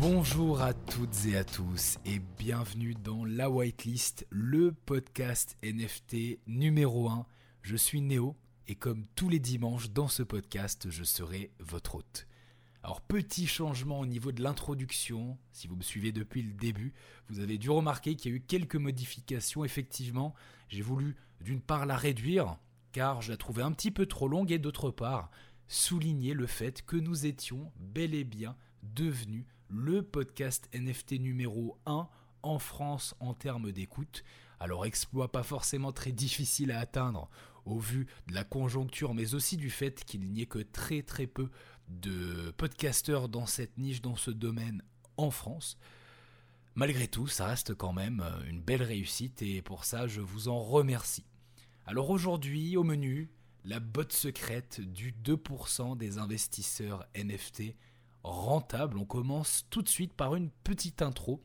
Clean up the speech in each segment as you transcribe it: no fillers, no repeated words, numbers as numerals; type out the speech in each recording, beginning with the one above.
Bonjour à toutes et à tous et bienvenue dans La Whitelist, le podcast NFT numéro 1. Je suis Néo et comme tous les dimanches dans ce podcast, je serai votre hôte. Alors petit changement au niveau de l'introduction, si vous me suivez depuis le début, vous avez dû remarquer qu'il y a eu quelques modifications. Effectivement, j'ai voulu d'une part la réduire car je la trouvais un petit peu trop longue et d'autre part souligner le fait que nous étions bel et bien devenus le podcast NFT numéro 1 en France en termes d'écoute. Alors exploit pas forcément très difficile à atteindre au vu de la conjoncture, mais aussi du fait qu'il n'y ait que très peu de podcasteurs dans cette niche, dans ce domaine en France. Malgré tout, ça reste quand même une belle réussite et pour ça, je vous en remercie. Alors aujourd'hui, au menu, la botte secrète du 2% des investisseurs NFT rentables. On commence tout de suite par une petite intro.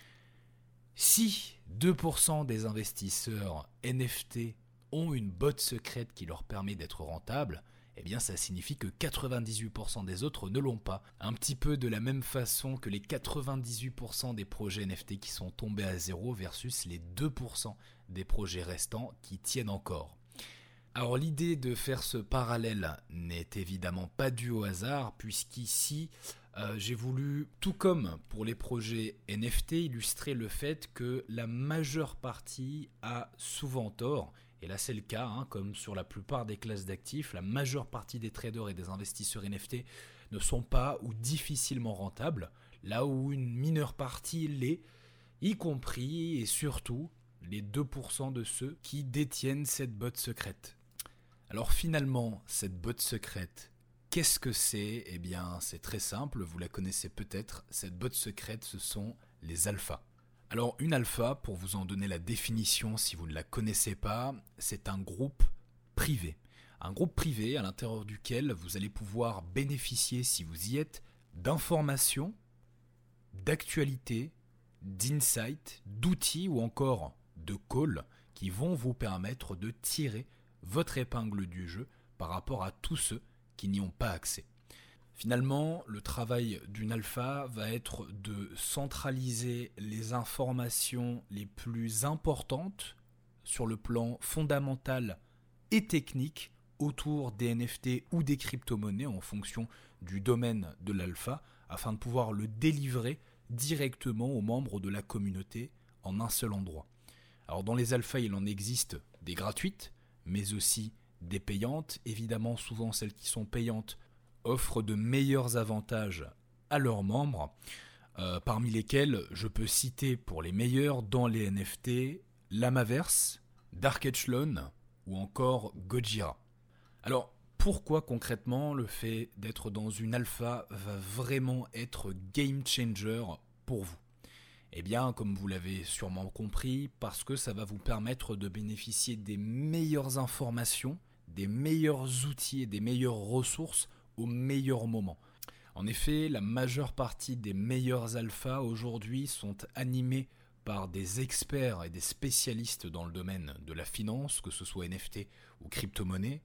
Si 2% des investisseurs NFT ont une botte secrète qui leur permet d'être rentables, eh bien ça signifie que 98% des autres ne l'ont pas. Un petit peu de la même façon que les 98% des projets NFT qui sont tombés à zéro versus les 2% des projets restants qui tiennent encore. Alors l'idée de faire ce parallèle n'est évidemment pas due au hasard, puisqu'ici j'ai voulu, tout comme pour les projets NFT, illustrer le fait que la majeure partie a souvent tort. Et là c'est le cas, comme sur la plupart des classes d'actifs, la majeure partie des traders et des investisseurs NFT ne sont pas ou difficilement rentables, là où une mineure partie l'est, y compris et surtout les 2% de ceux qui détiennent cette botte secrète. Alors finalement, cette botte secrète, qu'est-ce que c'est ? Eh bien, c'est très simple, vous la connaissez peut-être. Cette botte secrète, ce sont les alphas. Alors une alpha, pour vous en donner la définition si vous ne la connaissez pas, c'est un groupe privé. Un groupe privé à l'intérieur duquel vous allez pouvoir bénéficier, si vous y êtes, d'informations, d'actualités, d'insights, d'outils ou encore de calls qui vont vous permettre de tirer votre épingle du jeu par rapport à tous ceux qui n'y ont pas accès. Finalement, le travail d'une alpha va être de centraliser les informations les plus importantes sur le plan fondamental et technique autour des NFT ou des crypto-monnaies en fonction du domaine de l'alpha afin de pouvoir le délivrer directement aux membres de la communauté en un seul endroit. Alors dans les alphas, il en existe des gratuites, mais aussi des payantes. Évidemment, souvent celles qui sont payantes offrent de meilleurs avantages à leurs membres, parmi lesquels je peux citer pour les meilleurs dans les NFT Lamaverse, Dark Echelon ou encore Gojira. Alors pourquoi concrètement le fait d'être dans une alpha va vraiment être game changer pour vous ? Eh bien, comme vous l'avez sûrement compris, parce que ça va vous permettre de bénéficier des meilleures informations, des meilleurs outils et des meilleures ressources au meilleur moment. En effet, la majeure partie des meilleurs alphas aujourd'hui sont animés par des experts et des spécialistes dans le domaine de la finance, que ce soit NFT ou crypto-monnaie,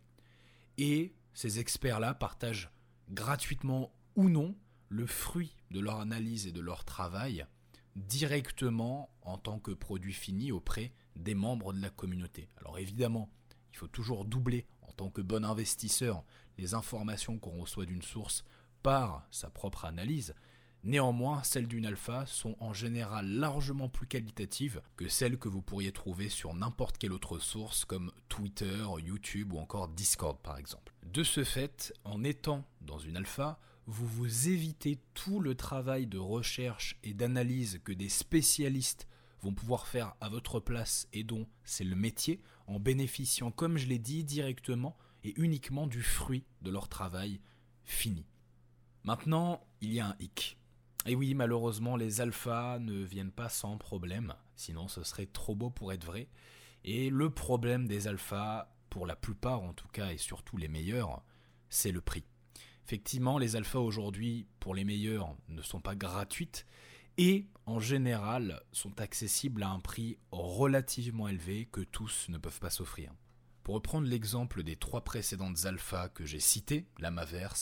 et ces experts-là partagent gratuitement ou non le fruit de leur analyse et de leur travail directement en tant que produit fini auprès des membres de la communauté. Alors évidemment, il faut toujours doubler en tant que bon investisseur les informations qu'on reçoit d'une source par sa propre analyse. Néanmoins, celles d'une alpha sont en général largement plus qualitatives que celles que vous pourriez trouver sur n'importe quelle autre source comme Twitter, YouTube ou encore Discord par exemple. De ce fait, en étant dans une alpha, vous vous évitez tout le travail de recherche et d'analyse que des spécialistes vont pouvoir faire à votre place et dont c'est le métier, en bénéficiant, comme je l'ai dit, directement et uniquement du fruit de leur travail fini. Maintenant, il y a un hic. Et oui, malheureusement, les alphas ne viennent pas sans problème, sinon ce serait trop beau pour être vrai. Et le problème des alphas, pour la plupart en tout cas et surtout les meilleurs, c'est le prix. Effectivement, les alphas aujourd'hui, pour les meilleurs, ne sont pas gratuites et en général sont accessibles à un prix relativement élevé que tous ne peuvent pas s'offrir. Pour reprendre l'exemple des 3 précédentes alphas que j'ai citées, Lamaverse,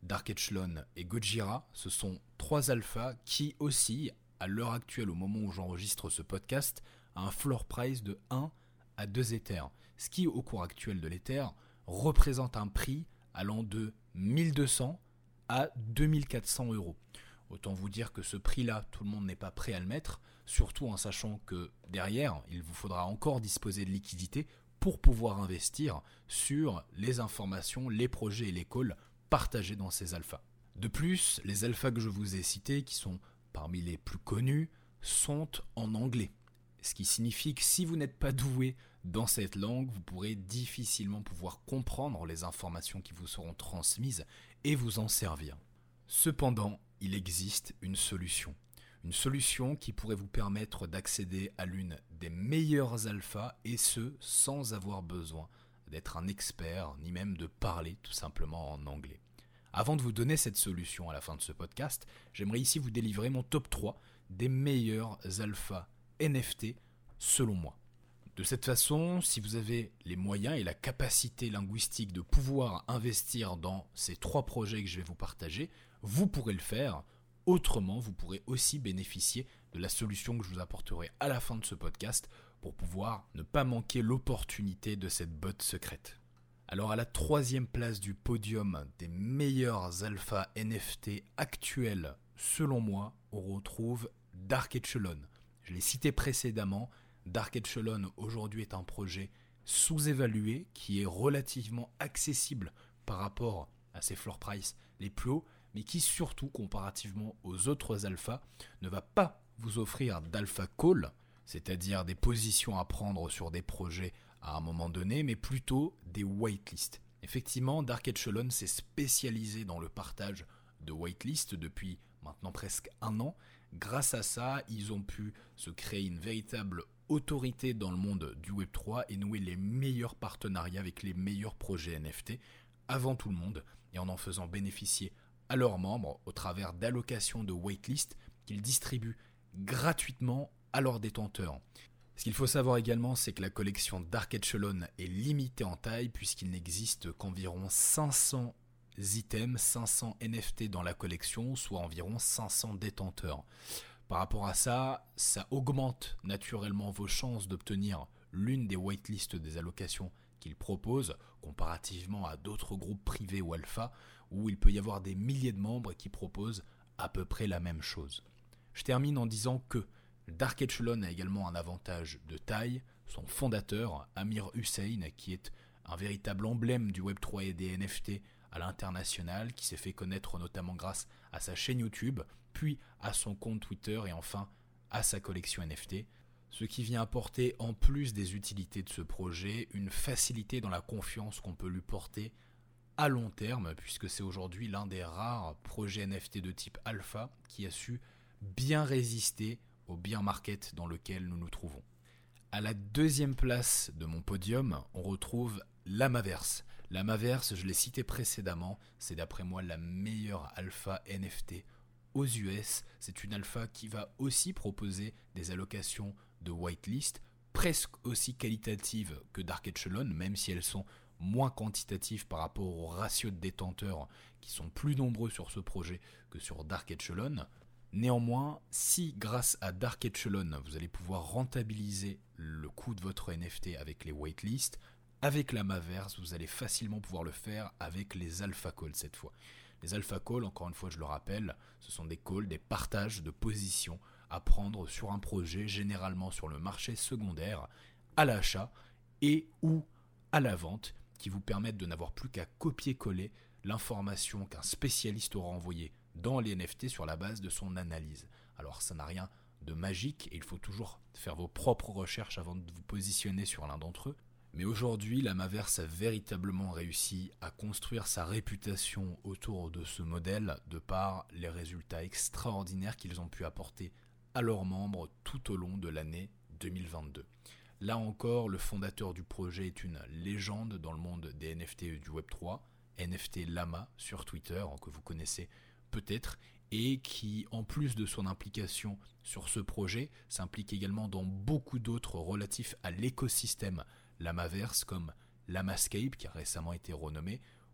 Dark Echelon et Gojira, ce sont 3 alphas qui oscillent, à l'heure actuelle, au moment où j'enregistre ce podcast, à un floor price de 1 à 2 Ethers, ce qui, au cours actuel de l'Ether, représente un prix allant de 1200 à 2400 euros. Autant vous dire que ce prix-là, tout le monde n'est pas prêt à le mettre, surtout en sachant que derrière, il vous faudra encore disposer de liquidités pour pouvoir investir sur les informations, les projets et les calls partagés dans ces alphas. De plus, les alphas que je vous ai cités, qui sont parmi les plus connus, sont en anglais. Ce qui signifie que si vous n'êtes pas doué dans cette langue, vous pourrez difficilement pouvoir comprendre les informations qui vous seront transmises et vous en servir. Cependant, il existe une solution. Une solution qui pourrait vous permettre d'accéder à l'une des meilleures alphas et ce, sans avoir besoin d'être un expert ni même de parler tout simplement en anglais. Avant de vous donner cette solution à la fin de ce podcast, j'aimerais ici vous délivrer mon top 3 des meilleurs alphas NFT selon moi. De cette façon, si vous avez les moyens et la capacité linguistique de pouvoir investir dans ces 3 projets que je vais vous partager, vous pourrez le faire. Autrement, vous pourrez aussi bénéficier de la solution que je vous apporterai à la fin de ce podcast pour pouvoir ne pas manquer l'opportunité de cette botte secrète. Alors à la 3e place du podium des meilleurs alphas NFT actuels, selon moi, on retrouve Dark Echelon. Je l'ai cité précédemment, Dark Echelon aujourd'hui est un projet sous-évalué qui est relativement accessible par rapport à ses floor price les plus hauts, mais qui surtout, comparativement aux autres alphas, ne va pas vous offrir d'alpha call, c'est-à-dire des positions à prendre sur des projets à un moment donné, mais plutôt des whitelists. Effectivement, Dark Echelon s'est spécialisé dans le partage de whitelists depuis maintenant presque 1 an. Grâce à ça, ils ont pu se créer une véritable autorité dans le monde du Web3 et nouer les meilleurs partenariats avec les meilleurs projets NFT avant tout le monde et en faisant bénéficier à leurs membres au travers d'allocations de waitlist qu'ils distribuent gratuitement à leurs détenteurs. Ce qu'il faut savoir également, c'est que la collection Dark Echelon est limitée en taille puisqu'il n'existe qu'environ 500 items, 500 NFT dans la collection, soit environ 500 détenteurs. Par rapport à ça, ça augmente naturellement vos chances d'obtenir l'une des whitelists des allocations qu'ils proposent, comparativement à d'autres groupes privés ou alpha, où il peut y avoir des milliers de membres qui proposent à peu près la même chose. Je termine en disant que Dark Echelon a également un avantage de taille. Son fondateur, Amir Hussein, qui est un véritable emblème du Web3 et des NFT à l'international, qui s'est fait connaître notamment grâce à sa chaîne YouTube, puis à son compte Twitter et enfin à sa collection NFT. Ce qui vient apporter, en plus des utilités de ce projet, une facilité dans la confiance qu'on peut lui porter à long terme, puisque c'est aujourd'hui l'un des rares projets NFT de type alpha qui a su bien résister au bear market dans lequel nous nous trouvons. À la 2e place de mon podium, on retrouve Lamaverse. Lamaverse, je l'ai cité précédemment, c'est d'après moi la meilleure alpha NFT aux US. C'est une alpha qui va aussi proposer des allocations de whitelist presque aussi qualitatives que Dark Echelon, même si elles sont moins quantitatives par rapport au ratio de détenteurs qui sont plus nombreux sur ce projet que sur Dark Echelon. Néanmoins, si grâce à Dark Echelon, vous allez pouvoir rentabiliser le coût de votre NFT avec les waitlists, avec Lamaverse, vous allez facilement pouvoir le faire avec les alpha calls cette fois. Les alpha calls, encore une fois je le rappelle, ce sont des calls, des partages de positions à prendre sur un projet, généralement sur le marché secondaire, à l'achat et ou à la vente, qui vous permettent de n'avoir plus qu'à copier-coller l'information qu'un spécialiste aura envoyée dans les NFT sur la base de son analyse. Alors ça n'a rien de magique et il faut toujours faire vos propres recherches avant de vous positionner sur l'un d'entre eux. Mais aujourd'hui, Lamaverse a véritablement réussi à construire sa réputation autour de ce modèle de par les résultats extraordinaires qu'ils ont pu apporter à leurs membres tout au long de l'année 2022. Là encore, le fondateur du projet est une légende dans le monde des NFT et du Web3, NFT Lama sur Twitter, que vous connaissez peut-être, et qui, en plus de son implication sur ce projet, s'implique également dans beaucoup d'autres relatifs à l'écosystème Lamaverse, comme Lamascape, qui a récemment été renommé,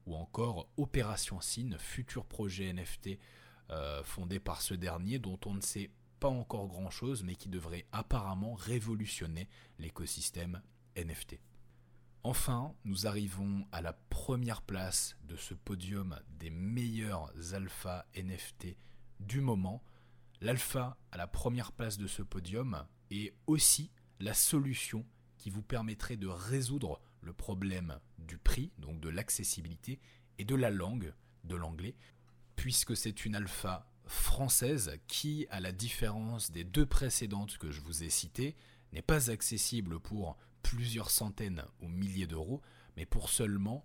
ou encore Opération Sin, futur projet NFT fondé par ce dernier dont on ne sait pas encore grand-chose mais qui devrait apparemment révolutionner l'écosystème NFT. Enfin, nous arrivons à la première place de ce podium des meilleurs alphas NFT du moment. L'alpha à la première place de ce podium est aussi la solution qui vous permettrait de résoudre le problème du prix, donc de l'accessibilité, et de la langue, de l'anglais, puisque c'est une alpha française qui, à la différence des deux précédentes que je vous ai citées, n'est pas accessible pour plusieurs centaines ou milliers d'euros, mais pour seulement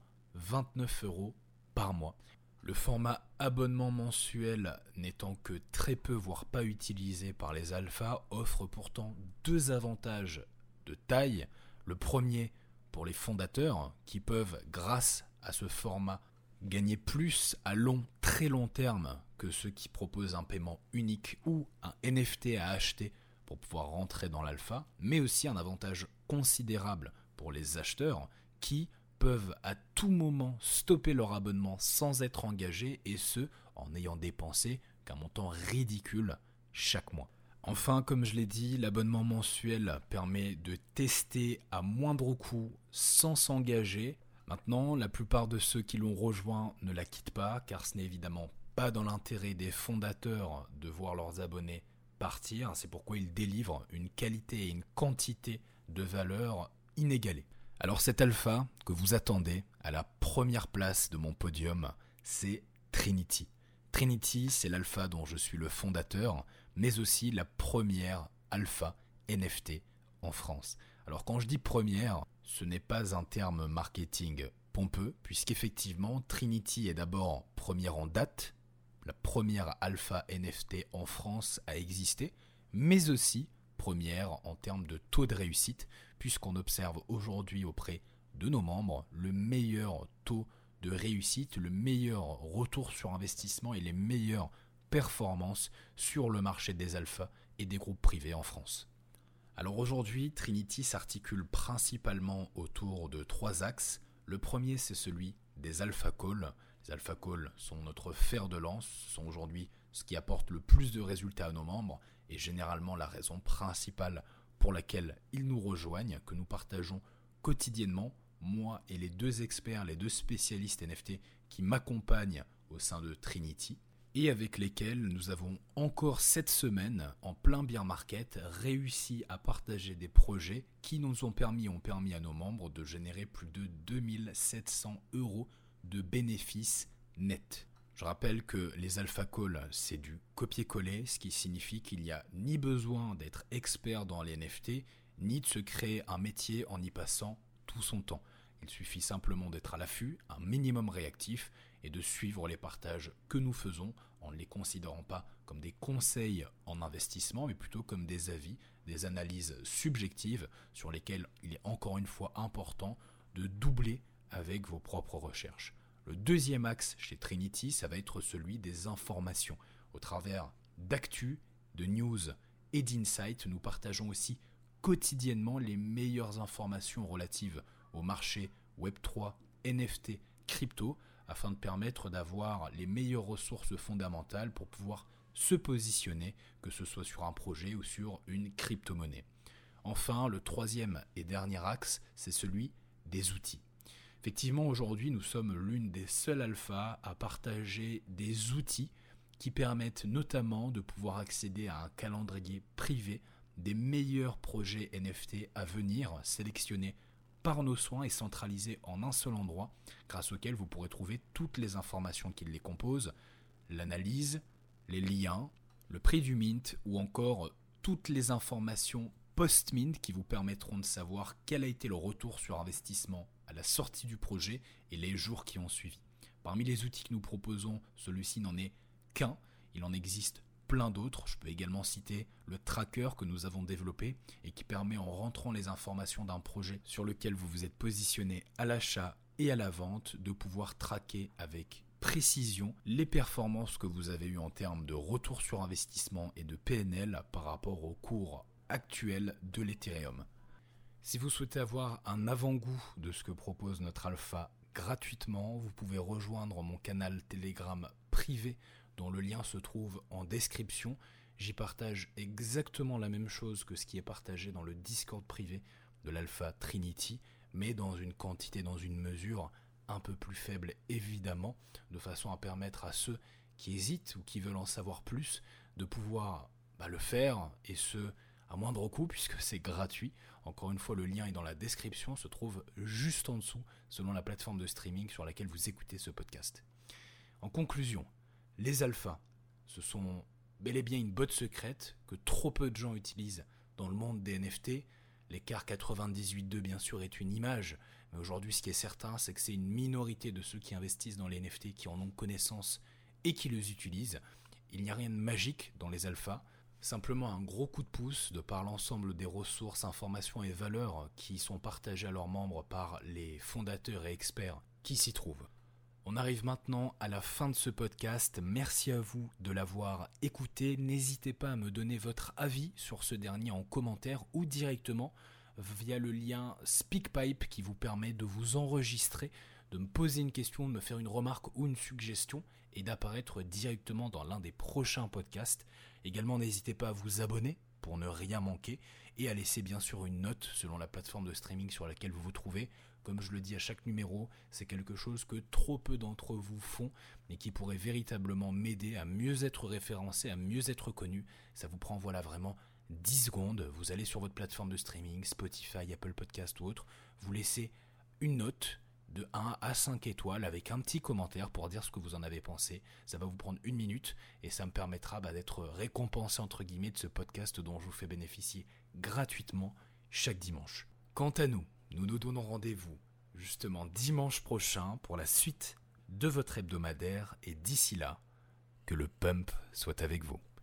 29 € par mois. Le format abonnement mensuel n'étant que très peu voire pas utilisé par les alphas, offre pourtant deux avantages de taille. Le premier pour les fondateurs qui peuvent, grâce à ce format, gagner plus à très long terme que ceux qui proposent un paiement unique ou un NFT à acheter pour pouvoir rentrer dans l'alpha, mais aussi un avantage considérable pour les acheteurs qui peuvent à tout moment stopper leur abonnement sans être engagés, et ce, en n'ayant dépensé qu'un montant ridicule chaque mois. Enfin, comme je l'ai dit, l'abonnement mensuel permet de tester à moindre coût sans s'engager. Maintenant, la plupart de ceux qui l'ont rejoint ne la quittent pas, car ce n'est évidemment pas dans l'intérêt des fondateurs de voir leurs abonnés partir. C'est pourquoi ils délivrent une qualité et une quantité de valeur inégalées. Alors cet alpha que vous attendez à la première place de mon podium, c'est Trinity. Trinity, c'est l'alpha dont je suis le fondateur, mais aussi la première alpha NFT en France. Alors quand je dis première, ce n'est pas un terme marketing pompeux, puisqu'effectivement Trinity est d'abord première en date, la première alpha NFT en France à exister, mais aussi première en termes de taux de réussite, puisqu'on observe aujourd'hui auprès de nos membres le meilleur taux de réussite, le meilleur retour sur investissement et les meilleures performances sur le marché des alphas et des groupes privés en France. Alors aujourd'hui, Trinity s'articule principalement autour de trois axes. Le premier, c'est celui des alpha calls. Les alpha calls sont notre fer de lance, sont aujourd'hui ce qui apporte le plus de résultats à nos membres et généralement la raison principale pour laquelle ils nous rejoignent, que nous partageons quotidiennement, moi et les deux experts, les deux spécialistes NFT qui m'accompagnent au sein de Trinity, et avec lesquels nous avons encore cette semaine, en plein bear market, réussi à partager des projets qui nous ont permis à nos membres de générer plus de 2700 € de bénéfices nets. Je rappelle que les alpha calls, c'est du copier-coller, ce qui signifie qu'il n'y a ni besoin d'être expert dans les NFT, ni de se créer un métier en y passant tout son temps. Il suffit simplement d'être à l'affût, un minimum réactif, et de suivre les partages que nous faisons en ne les considérant pas comme des conseils en investissement, mais plutôt comme des avis, des analyses subjectives sur lesquelles il est encore une fois important de doubler avec vos propres recherches. Le deuxième axe chez Trinity, ça va être celui des informations. Au travers d'actu, de news et d'insights, nous partageons aussi quotidiennement les meilleures informations relatives au marché Web3, NFT, crypto, afin de permettre d'avoir les meilleures ressources fondamentales pour pouvoir se positionner, que ce soit sur un projet ou sur une crypto-monnaie. Enfin, le troisième et dernier axe, c'est celui des outils. Effectivement, aujourd'hui, nous sommes l'une des seules alphas à partager des outils qui permettent notamment de pouvoir accéder à un calendrier privé des meilleurs projets NFT à venir, sélectionnés par nos soins et centralisés en un seul endroit, grâce auquel vous pourrez trouver toutes les informations qui les composent, l'analyse, les liens, le prix du mint ou encore toutes les informations post-mint qui vous permettront de savoir quel a été le retour sur investissement à la sortie du projet et les jours qui ont suivi. Parmi les outils que nous proposons, celui-ci n'en est qu'un, il en existe plein d'autres. Je peux également citer le tracker que nous avons développé et qui permet, en rentrant les informations d'un projet sur lequel vous vous êtes positionné à l'achat et à la vente, de pouvoir traquer avec précision les performances que vous avez eues en termes de retour sur investissement et de PNL par rapport au cours actuel de l'Ethereum. Si vous souhaitez avoir un avant-goût de ce que propose notre alpha gratuitement. Vous pouvez rejoindre mon canal Telegram privé dont le lien se trouve en description. J'y partage exactement la même chose que ce qui est partagé dans le Discord privé de l'Alpha Trinity, mais dans une quantité, dans une mesure un peu plus faible évidemment, de façon à permettre à ceux qui hésitent ou qui veulent en savoir plus de pouvoir le faire, et ce à moindre coût puisque c'est gratuit. Encore une fois, le lien est dans la description, se trouve juste en dessous selon la plateforme de streaming sur laquelle vous écoutez ce podcast. En conclusion, les alphas, ce sont bel et bien une botte secrète que trop peu de gens utilisent dans le monde des NFT. L'écart 98.2 bien sûr est une image, mais aujourd'hui ce qui est certain c'est que c'est une minorité de ceux qui investissent dans les NFT qui en ont connaissance et qui les utilisent. Il n'y a rien de magique dans les alphas, simplement un gros coup de pouce de par l'ensemble des ressources, informations et valeurs qui sont partagées à leurs membres par les fondateurs et experts qui s'y trouvent. On arrive maintenant à la fin de ce podcast. Merci à vous de l'avoir écouté. N'hésitez pas à me donner votre avis sur ce dernier en commentaire ou directement via le lien SpeakPipe qui vous permet de vous enregistrer, de me poser une question, de me faire une remarque ou une suggestion et d'apparaître directement dans l'un des prochains podcasts. Également, n'hésitez pas à vous abonner pour ne rien manquer et à laisser bien sûr une note selon la plateforme de streaming sur laquelle vous vous trouvez. Comme je le dis à chaque numéro, c'est quelque chose que trop peu d'entre vous font, mais qui pourrait véritablement m'aider à mieux être référencé, à mieux être connu. Ça vous prend vraiment 10 secondes. Vous allez sur votre plateforme de streaming, Spotify, Apple Podcast ou autre, vous laissez une note de 1 à 5 étoiles avec un petit commentaire pour dire ce que vous en avez pensé. Ça va vous prendre 1 minute et ça me permettra d'être récompensé entre guillemets de ce podcast dont je vous fais bénéficier gratuitement chaque dimanche. Quant à nous, nous nous donnons rendez-vous justement dimanche prochain pour la suite de votre hebdomadaire et d'ici là, que le pump soit avec vous.